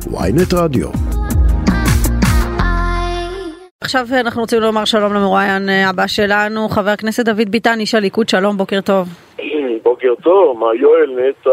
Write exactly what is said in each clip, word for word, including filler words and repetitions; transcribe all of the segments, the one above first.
וויינט רדיו. עכשיו אנחנו רוצים לומר שלום למרואיין הבא שלנו, חבר הכנסת דוד ביטן, איש הליכוד. שלום, בוקר טוב. בוקר טוב, מה יואל נהיית...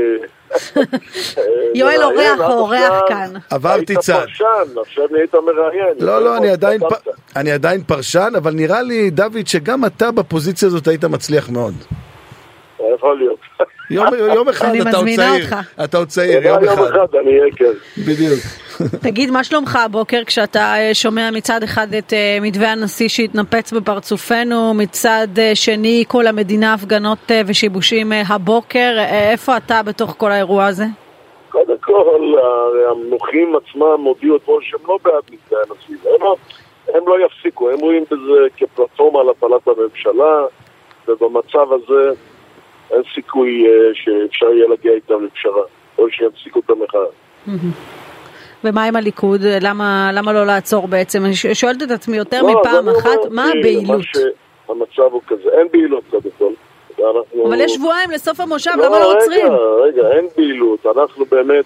יואל אורח או אורח כאן? עברתי צד. היית פרשן, עכשיו נהיית מראיין. לא, לא, אני עדיין פרשן, אבל נראה לי, דוד, שגם אתה בפוזיציה הזאת היית מצליח מאוד. יכול להיות. יום אחד אתה עוד צעיר. אתה עוד צעיר, יום אחד. יום אחד אני אהיה כן. בדיוק. תגיד, מה שלומך הבוקר כשאתה שומע מצד אחד את מתווה הנשיא שהתנפץ בפרצופנו, מצד שני כל המדינה הפגנות ושיבושים הבוקר? איפה אתה בתוך כל האירוע הזה? קודם כל, המנוחים עצמם הודיעו אתמול שהם לא בעד מתווה הנשיא. הם לא יפסיקו, הם רואים בזה כפלטפורמה להפלת הממשלה, ובמצב הזה אין סיכוי שאפשר יהיה להגיע איתם לפשרה, או שיפסיקו את המחאה. ומה עם הליכוד? למה, למה לא לעצור בעצם? אני שואלת את עצמי יותר מפעם אחת, מה הבעילות? המצב הוא כזה, אין בעילות קודם כל. אבל יש שבועיים לסוף המושב, למה לא עוצרים? רגע, רגע, אין בעילות. אנחנו באמת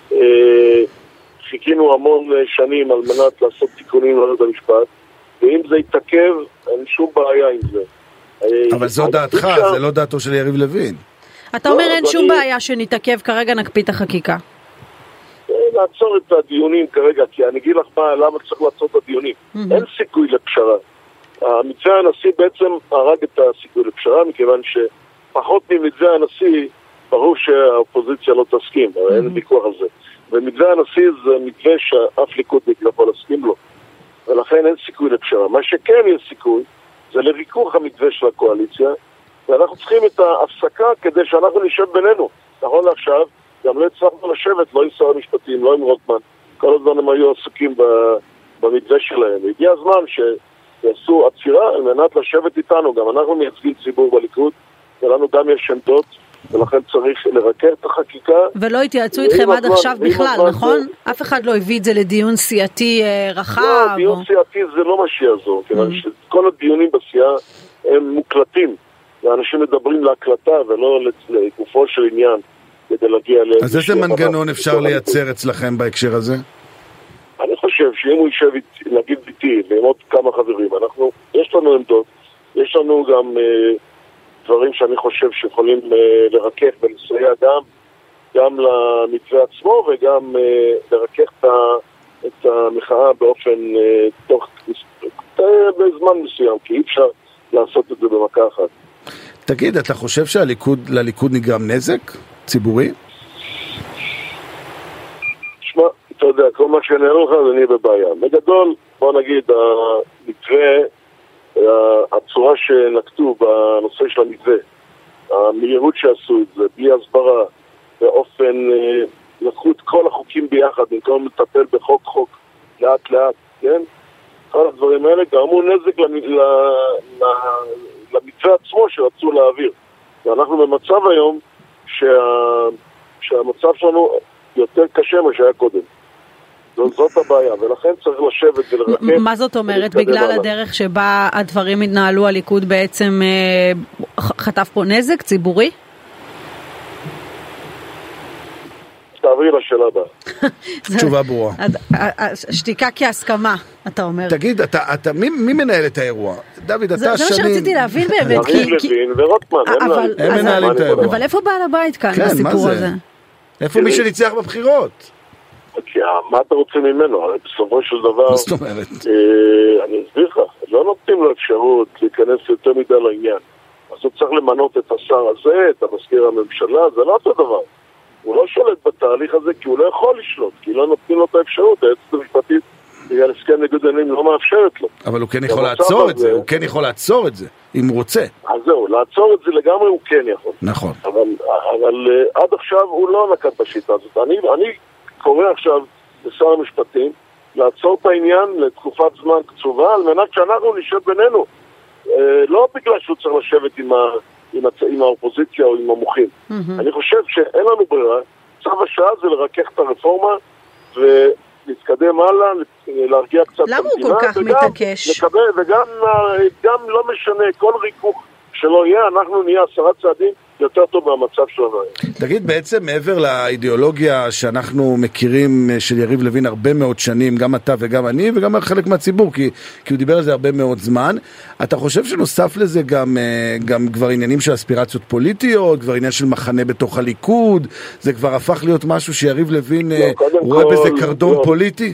חיכינו המון שנים על מנת לעשות תיקונים לבית המשפט, ואם זה יתעכב, אין שום בעיה עם זה. אבל זו דעתך, זה לא דעתו של יריב לוין. אתה אומר אין שום בעיה שנתעכב, כרגע נקפיא את החקיקה. לעצור את הדיונים כרגע, כי אני אגיד לך מה, למה צריך לעצור את הדיונים. אין סיכוי לפשרה. המתווה הנשיא בעצם הרג את הסיכוי לפשרה, מכיוון שפחות ממתווה הנשיא, ברור שהאופוזיציה לא תסכים, אין ויכוח על זה. ומתווה הנשיא זה מתווה שאף ליכוד לא יסכים לו. ולכן אין סיכוי לפשרה. מה שכן יש סיכוי, זה לריכוך המתווה של הקואליציה, ואנחנו צריכים את ההפסקה כדי שאנחנו נשב בינינו. נכון לעכשיו, גם לא הצלחנו לשבת, לא עם שר המשפטים, לא עם רוטמן, כל הזמן הם היו עסוקים במתווה שלהם. והגיע הזמן שיעשו עצירה על מנת לשבת איתנו, גם אנחנו מייצגים ציבור בליכוד, ולנו גם יש עמדות, ולכן צריך לרכך את החקיקה. ולא התייעצו איתכם עד עכשיו בכלל, נכון? אף אחד לא הביא את זה לדיון סיעתי רחב? לא, דיון סיעתי זה לא מה שיעזור, כיוון שכל הדיונים בסיעה הם מוקלטים, ואנשים מדברים להקלטה ולא לגופו של עניין. אז איזה מנגנון אפשר לייצר אצלכם בהקשר הזה? אני חושב שאם הוא יישב נגיד איתי ועם עוד כמה חברים, אנחנו, יש לנו עמדות, יש לנו גם אה, דברים שאני חושב שיכולים אה, לרכך ולסייע גם, גם למתווה עצמו וגם אה, לרכך את, את המחאה באופן אה, תוך אה, בזמן מסוים, כי אי אפשר לעשות את זה במכה אחת. תגיד, אתה חושב שלליכוד נגרם נזק ציבורי? תשמע, אתה יודע, כל מה שאני אראה לך זה נהיה בבעיה. בגדול, בוא נגיד, המתווה, הצורה שנקטו בנושא של המתווה, המהירות שעשו את זה, בלי הסברה, באופן, לקחו את כל החוקים ביחד, במקום לטפל בחוק חוק, לאט לאט, כן? כל הדברים האלה גרמו נזק למתווה עצמו שרצו להעביר. ואנחנו במצב היום שה... שהמצב שלנו יותר קשה מה שהיה קודם. זאת הבעיה, ולכן צריך לשבת ולרקב. מה זאת אומרת? בגלל הדרך שבה הדברים התנהלו, הליכוד בעצם חטף פה נזק ציבורי? תעברי לשאלה הבאה. תשובה ברורה. שתיקה כהסכמה, אתה אומר. תגיד, מי מנהל את האירוע? דוד, אתה שנים... זה מה שרציתי להבין באמת. יריב לוין ורוטמן. הם מנהלים את האירוע. אבל איפה בעל הבית כאן בסיפור הזה? איפה מי שניצח בבחירות? מה אתה רוצה ממנו? בסופו של דבר... מה זאת אומרת? אני אסביר לך, לא נותנים לו אפשרות להיכנס יותר מדי לעניין. אז הוא צריך למנות את השר הזה, את המזכיר הממשלה, זה לא אותו דבר. הוא לא שולט בתהליך הזה כי הוא לא יכול לשלוט, כי לא נותנים לו את האפשרות, היועצת המשפטית בגלל הסכם ניגוד עניינים לא מאפשרת לו. אבל הוא כן יכול לעצור את זה, הוא כן יכול לעצור את זה, אם הוא רוצה. אז זהו, לעצור את זה לגמרי הוא כן יכול. נכון. אבל, אבל עד עכשיו הוא לא נקט בשיטה הזאת. אני, אני קורא עכשיו לשר המשפטים לעצור את העניין לתקופת זמן קצובה, על מנת שאנחנו נשב בינינו. לא בגלל שהוא צריך לשבת עם ה... עם, הצ... עם האופוזיציה או עם המוחים. Mm-hmm. אני חושב שאין לנו ברירה, צו השעה זה לרכך את הרפורמה ולהתקדם הלאה, להרגיע קצת את המדינה. למה הוא כל כך וגם, מתעקש? לקבל, וגם גם לא משנה, כל ריכוך שלא יהיה, אנחנו נהיה עשרה צעדים יותר טוב מהמצב שלנו. תגיד, בעצם מעבר לאידיאולוגיה שאנחנו מכירים של יריב לוין הרבה מאוד שנים, גם אתה וגם אני וגם חלק מהציבור, כי, כי הוא דיבר על זה הרבה מאוד זמן, אתה חושב שנוסף לזה גם, גם כבר עניינים של אספירציות פוליטיות, כבר עניין של מחנה בתוך הליכוד, זה כבר הפך להיות משהו שיריב לוין לא, רואה כל, בזה קרדון לא. פוליטי?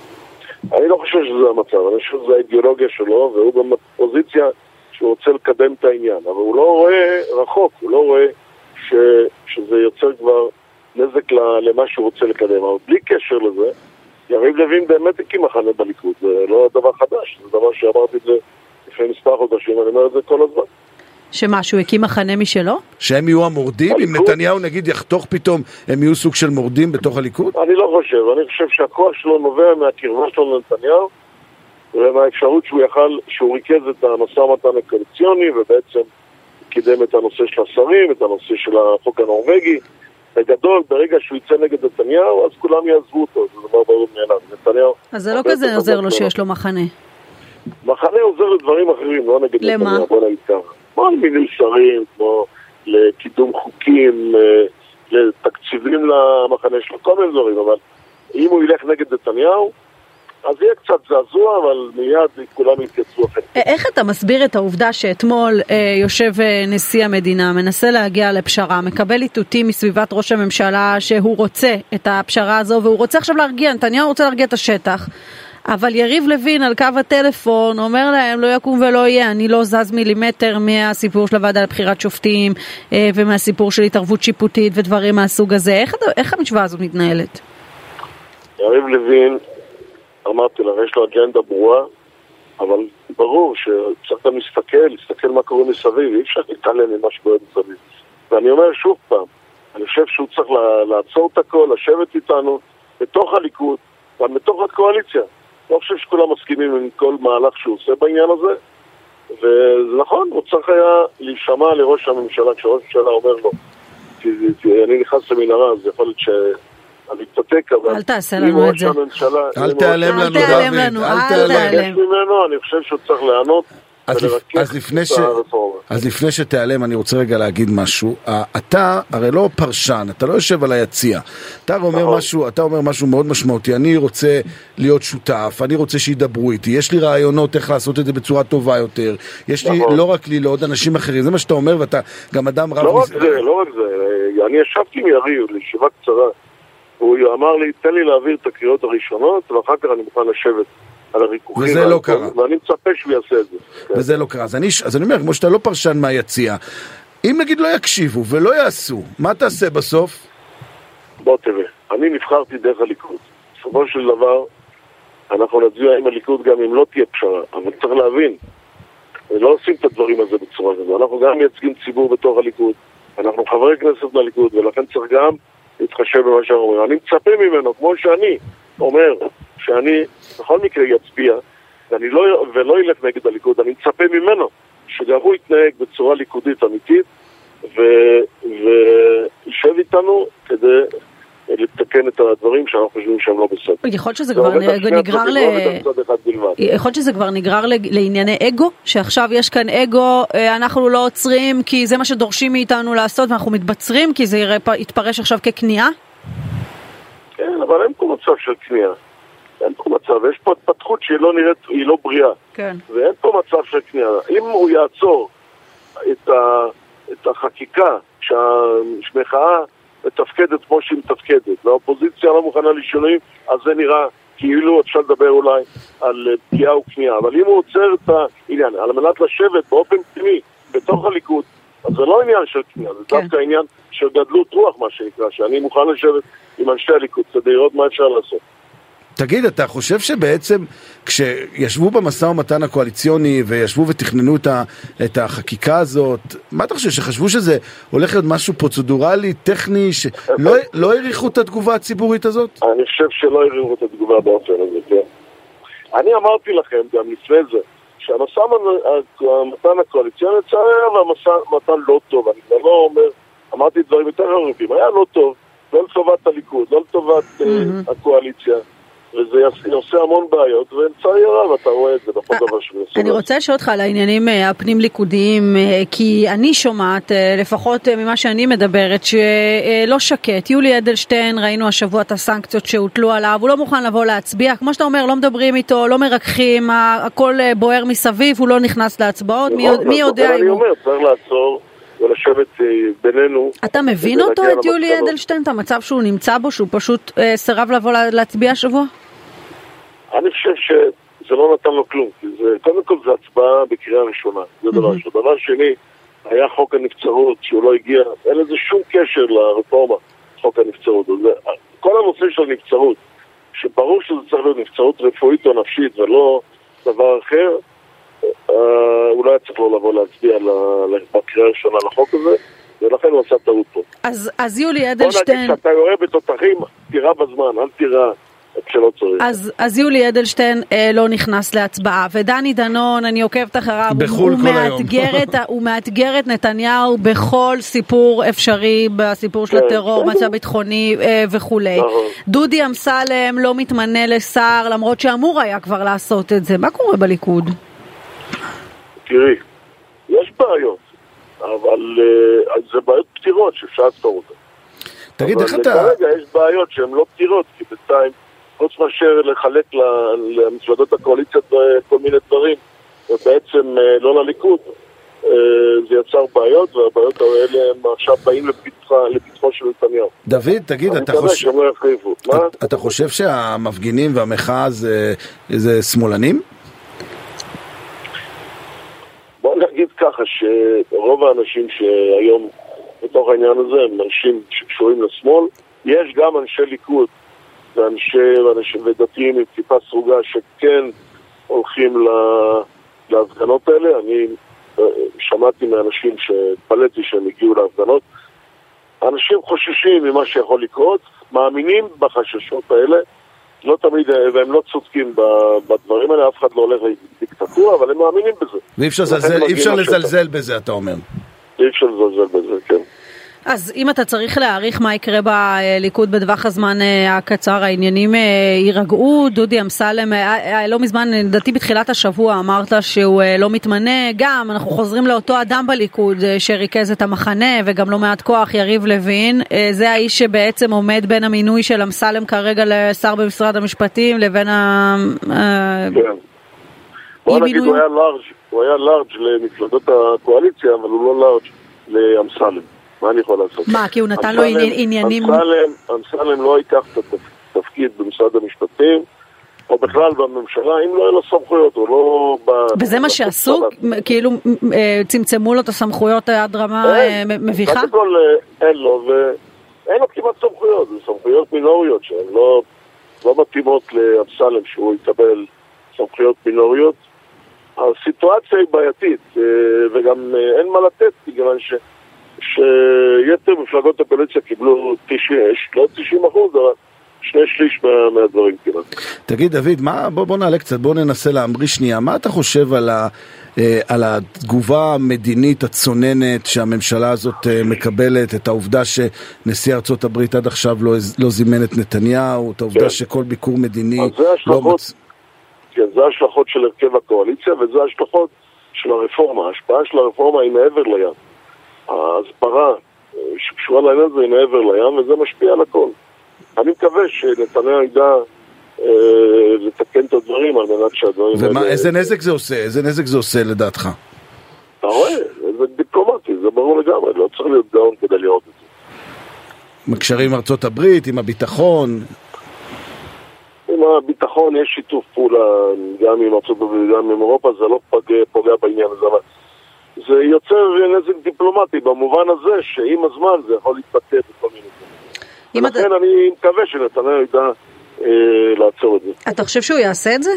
אני לא חושב שזה המצב, אני חושב שזה האידיאולוגיה שלו, והוא בפוזיציה שהוא רוצה לקדם את העניין, אבל הוא לא רואה רחוק, הוא לא רואה ש, שזה יוצר כבר נזק למה שהוא רוצה לקדם, אבל בלי קשר לזה, יריב לוין באמת הקים מחנה בליכוד, זה לא דבר חדש, זה דבר שאמרתי את זה לפני מספר חודשים, אני אומר את זה כל הזמן. שמה, שהוא הקים מחנה משלו? שהם יהיו המורדים? אם נתניהו נגיד יחתוך פתאום, הם יהיו סוג של מורדים בתוך הליכוד? אני לא חושב, אני חושב שהכוח שלו נובע מהקרבה שלו לנתניהו, ומהאפשרות שהוא יכל, שהוא ריכז את המשא ומתן הקואליציוני, ובעצם קידם את הנושא של השרים, את הנושא של החוק הנורווגי. בגדול, ברגע שהוא יצא נגד נתניהו, אז כולם יעזבו אותו, זה דבר ברור מאליו. נתניהו... אז זה לא כזה עוזר לו שיש לו מחנה. מחנה עוזר לדברים אחרים, לא נגד נתניהו, בוא נגיד ככה. כמו מיני שרים, כמו לקידום חוקים, לתקציבים למחנה שלו, כל מיני דברים, אבל אם הוא ילך נגד נתניהו, אז יהיה קצת זעזוע, אבל מיד כולם יתקצרו אחרי. איך אתה מסביר את העובדה שאתמול אה, יושב נשיא המדינה, מנסה להגיע לפשרה, מקבל איתותים מסביבת ראש הממשלה שהוא רוצה את הפשרה הזו, והוא רוצה עכשיו להרגיע, נתניהו רוצה להרגיע את השטח, אבל יריב לוין על קו הטלפון אומר להם לא יקום ולא יהיה, אני לא זז מילימטר מהסיפור של הוועדה לבחירת שופטים אה, ומהסיפור של התערבות שיפוטית ודברים מהסוג הזה. איך, איך המשוואה הזו מתנהלת? יריב לוין, אמרתי לה, יש לו אג'נדה ברורה, אבל ברור שצריך גם להסתכל, להסתכל מה קורה מסביב, אי אפשר להתעלם ממה שקורה מסביב. ואני אומר שוב פעם, אני חושב שהוא צריך לעצור את הכל, לשבת איתנו, בתוך הליכוד, אבל בתוך הקואליציה. אני חושב שכולם מסכימים עם כל מהלך שהוא עושה בעניין הזה, וזה נכון, הוא צריך היה להישמע לראש הממשלה, כשראש הממשלה אומר לו, כי, כי אני נכנס למנהרה, אז יכול להיות ש... אני אתתק, אבל... אל תעשה לנו את זה. אל תיעלם לנו, דוד. אל תיעלם. אני חושב שהוא צריך לענות אז לפני ש... אז לפני שתיעלם, אני רוצה רגע להגיד משהו. אתה הרי לא פרשן, אתה לא יושב על היציע. אתה אומר משהו, אתה אומר משהו מאוד משמעותי. אני רוצה להיות שותף, אני רוצה שידברו איתי. יש לי רעיונות איך לעשות את זה בצורה טובה יותר. יש לי לא רק לי, לעוד אנשים אחרים. זה מה שאתה אומר, ואתה גם אדם רב... לא רק זה, לא רק זה. אני ישבתי עם יריב לישיבה קצרה. הוא אמר לי, תן לי להעביר את הקריאות הראשונות, ואחר כך אני מוכן לשבת על הריכוחים. וזה לא קרה. ואני מצפה שהוא יעשה את זה. וזה לא קרה. אז אני, אז אני אומר, כמו שאתה לא פרשן מהיציע, אם נגיד לא יקשיבו ולא יעשו, מה תעשה בסוף? בוא תראה, אני נבחרתי דרך הליכוד. בסופו של דבר, אנחנו נצביע עם הליכוד גם אם לא תהיה פשרה, אבל צריך להבין, לא עושים את הדברים הזה בצורה כזו. אנחנו גם מייצגים ציבור בתוך הליכוד, אנחנו חברי כנסת מהליכוד, ולכן צריך גם להתחשב במה שאנחנו אומרים. אני מצפה ממנו, כמו שאני אומר, שאני בכל מקרה יצביע, ואני לא, ולא ילך נגד הליכוד, אני מצפה ממנו שגם הוא יתנהג בצורה ליכודית אמיתית, וישב איתנו כדי לתקן את הדברים שאנחנו חושבים שהם לא בסדר. יכול להיות שזה כבר נגרר ל... יכול להיות שזה כבר נגרר לענייני אגו, שעכשיו יש כאן אגו, אנחנו לא עוצרים כי זה מה שדורשים מאיתנו לעשות, ואנחנו מתבצרים כי זה יתפרש עכשיו כקנייה? כן, אבל אין פה מצב של קנייה. אין פה מצב, יש פה התפתחות שהיא לא נראית, היא לא בריאה. כן. ואין פה מצב של קנייה. אם הוא יעצור את, ה, את החקיקה שהמחאה מתפקדת כמו שהיא מתפקדת, והאופוזיציה לא מוכנה לשינויים, אז זה נראה כאילו אפשר לדבר אולי על פגיעה וקנייה. אבל אם הוא עוצר את העניין, על מנת לשבת באופן פנימי בתוך הליכוד, אז זה לא עניין של קנייה, זה דווקא עניין של גדלות רוח, מה שנקרא, שאני מוכן לשבת עם אנשי הליכוד, כדי לראות מה אפשר לעשות. תגיד, אתה חושב שבעצם כשישבו במשא ומתן הקואליציוני וישבו ותכננו את, ה, את החקיקה הזאת, מה אתה חושב? שחשבו שזה הולך להיות משהו פרוצדורלי, טכני, שלא לא העריכו את התגובה הציבורית הזאת? אני חושב שלא העריכו את התגובה באופן הזה, כן. אני אמרתי לכם גם לפני זה, שהמשא ומתן הקואליציוני היה והמשא ומתן לא טוב, אני כבר לא אומר, אמרתי דברים יותר ערבים, היה לא טוב, לא לטובת הליכוד, לא לטובת mm-hmm. הקואליציה, וזה יעשה המון בעיות, ולצערי הרב אתה רואה את זה בכל דבר שמנסים. אני רוצה לשאול אותך על העניינים הפנים ליכודיים, כי אני שומעת, לפחות ממה שאני מדברת, שלא שקט. יולי אדלשטיין, ראינו השבוע את הסנקציות שהוטלו עליו, הוא לא מוכן לבוא להצביע, כמו שאתה אומר, לא מדברים איתו, לא מרככים, הכל בוער מסביב, הוא לא נכנס להצבעות, מי יודע אם הוא... אני אומר, צריך לעצור ולשבת בינינו. אתה מבין אותו, את יולי אדלשטיין, את המצב שהוא נמצא בו, שהוא פשוט סירב לבוא להצביע השבוע? אני חושב שזה לא נתן לו כלום, כי זה, קודם כל זה הצבעה בקריאה ראשונה, זה דבר ראשון. דבר שני, היה חוק הנבצרות שהוא לא הגיע, אין לזה שום קשר לרפורמה, חוק הנבצרות. כל הנושא של נבצרות, שברור שזה צריך להיות נבצרות רפואית או נפשית ולא דבר אחר, הוא לא היה צריך לא לבוא להצביע בקריאה ראשונה לחוק הזה, ולכן הוא עשה טעות פה. אז, אז יולי אדלשטיין... בוא נגיד שאתה יורה בתותחים, תירה בזמן, אל תירה כשלא צריך. אז, אז יולי אדלשטיין אה, לא נכנס להצבעה, ודני דנון, אני עוקבת אחריו, הוא, מאתגר את, הוא מאתגר את נתניהו בכל סיפור אפשרי, בסיפור של הטרור, מצב ביטחוני אה, וכולי. דודי אמסלם לא מתמנה לשר, למרות שאמור היה כבר לעשות את זה. מה קורה בליכוד? תראי, יש בעיות, אבל uh, זה בעיות פתירות שאפשר לפתור אותן. תגיד, איך אתה... כרגע יש בעיות שהן לא פתירות, כי בינתיים, חוץ מאשר לחלק למפלגות הקואליציה כל מיני דברים, ובעצם uh, לא לליכוד, uh, זה יצר בעיות, והבעיות האלה הם עכשיו באים לפתחה, לפתחו של נתניהו. דוד, תגיד, אתה חושב... לא אתה, אתה חושב שהמפגינים והמחאה זה, זה שמאלנים? בוא נגיד ככה שרוב האנשים שהיום בתוך העניין הזה הם אנשים שקשורים לשמאל, יש גם אנשי ליכוד ואנשי, ואנשי ודתיים עם כיפה סרוגה שכן הולכים להפגנות האלה. אני שמעתי מאנשים שפלטתי שהם הגיעו להפגנות. אנשים חוששים ממה שיכול לקרות, מאמינים בחששות האלה, לא תמיד, והם לא צודקים בדברים האלה, אף אחד לא הולך לדיקטטורה, אבל הם מאמינים בזה. ואי אפשר לזלזל, אי אפשר לזלזל בזה, אתה אומר. אי אפשר לזלזל בזה, כן. אז אם אתה צריך להעריך מה יקרה בליכוד בטווח הזמן הקצר, העניינים יירגעו. דודי אמסלם, לא מזמן, לדעתי בתחילת השבוע אמרת שהוא לא מתמנה, גם אנחנו חוזרים לאותו אדם בליכוד שריכז את המחנה וגם לא מעט כוח, יריב לוין. זה האיש שבעצם עומד בין המינוי של אמסלם כרגע לשר במשרד המשפטים לבין ה... כן. בוא נגיד, הוא היה לארג', הוא היה לארג' למפלגות הקואליציה, אבל הוא לא לארג' לאמסלם. מה אני יכול לעשות? מה, כי הוא נתן לו עניינים... אמסלם לא ייקח את התפקיד במשרד המשפטים, או בכלל בממשלה, אם לא אין לו סמכויות, או לא... וזה מה שעשו? כאילו צמצמו לו את הסמכויות עד רמה מביכה? קודם כל אין לו, ואין לו כמעט סמכויות, זה סמכויות מינוריות שהן לא מתאימות לאמסלם שהוא יקבל סמכויות מינוריות. הסיטואציה היא בעייתית, וגם אין מה לתת, בגלל ש... שיתר מפלגות הקואליציה קיבלו תשעים, לא תשעים אחוז, אבל שני שליש מה, מהדברים כמעט. תגיד דוד, מה, בוא, בוא נעלה קצת, בוא ננסה להמריא שנייה, מה אתה חושב על, ה, על התגובה המדינית הצוננת שהממשלה הזאת מקבלת, את העובדה שנשיא ארצות הברית עד עכשיו לא, לא זימן את נתניהו, את העובדה כן. שכל ביקור מדיני לא מצ... כן, זה השלכות של הרכב הקואליציה, וזה השלכות של הרפורמה. ההשפעה של הרפורמה היא מעבר לים. ההסברה שקשורה לעניין הזה היא מעבר לים, וזה משפיע על הכל. אני מקווה שנתניהו ידע אה, לתקן את הדברים על מנת שהדברים... ומה, האלה... איזה נזק זה עושה? איזה נזק זה עושה לדעתך? אתה רואה, זה דיפלומטי, זה ברור לגמרי, לא צריך להיות גאון כדי לראות את זה. מקשרים עם ארצות הברית, עם הביטחון... עם הביטחון יש שיתוף פעולה גם עם ארצות הברית וגם עם אירופה, זה לא פוגע, פוגע בעניין הזה, אבל זה יוצר נזק דיפלומטי במובן הזה שעם הזמן זה יכול להתפתח בכל מיני דברים. ולכן אתה... אני מקווה שנתניהו ידע אה, לעצור את זה. אתה חושב שהוא יעשה את זה?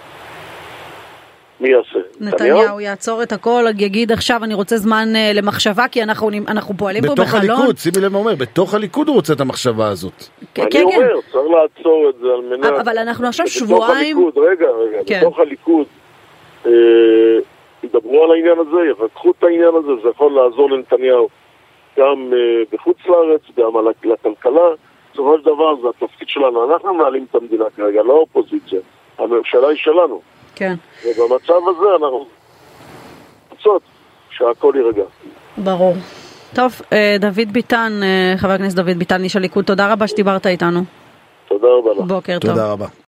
מי יעשה? נתניהו? נתניהו יעצור את הכל, יגיד עכשיו אני רוצה זמן אה, למחשבה, כי אנחנו, אנחנו פועלים פה בחלון. בתוך הליכוד, שימי לב מה אומר, בתוך הליכוד הוא רוצה את המחשבה הזאת. אני כן, אומר, כן. צריך לעצור את זה על מנת... אבל אנחנו עכשיו שבועיים... הליכוד, רגע, רגע, כן. בתוך הליכוד אה, ידברו על העניין הזה, יפתחו את העניין הזה, זה יכול לעזור לנתניהו גם אה, בחוץ לארץ, גם על הכלכלה, בסופו של דבר זה התפקיד שלנו, אנחנו מנהלים את המדינה כרגע, לא האופוזיציה, הממשלה היא שלנו. כן. ובמצב הזה אנחנו רוצות שהכל יירגע. ברור. טוב, דוד ביטן, חבר הכנסת דוד ביטן, איש הליכוד, תודה רבה שדיברת איתנו. תודה רבה לך. בוקר טוב. תודה רבה.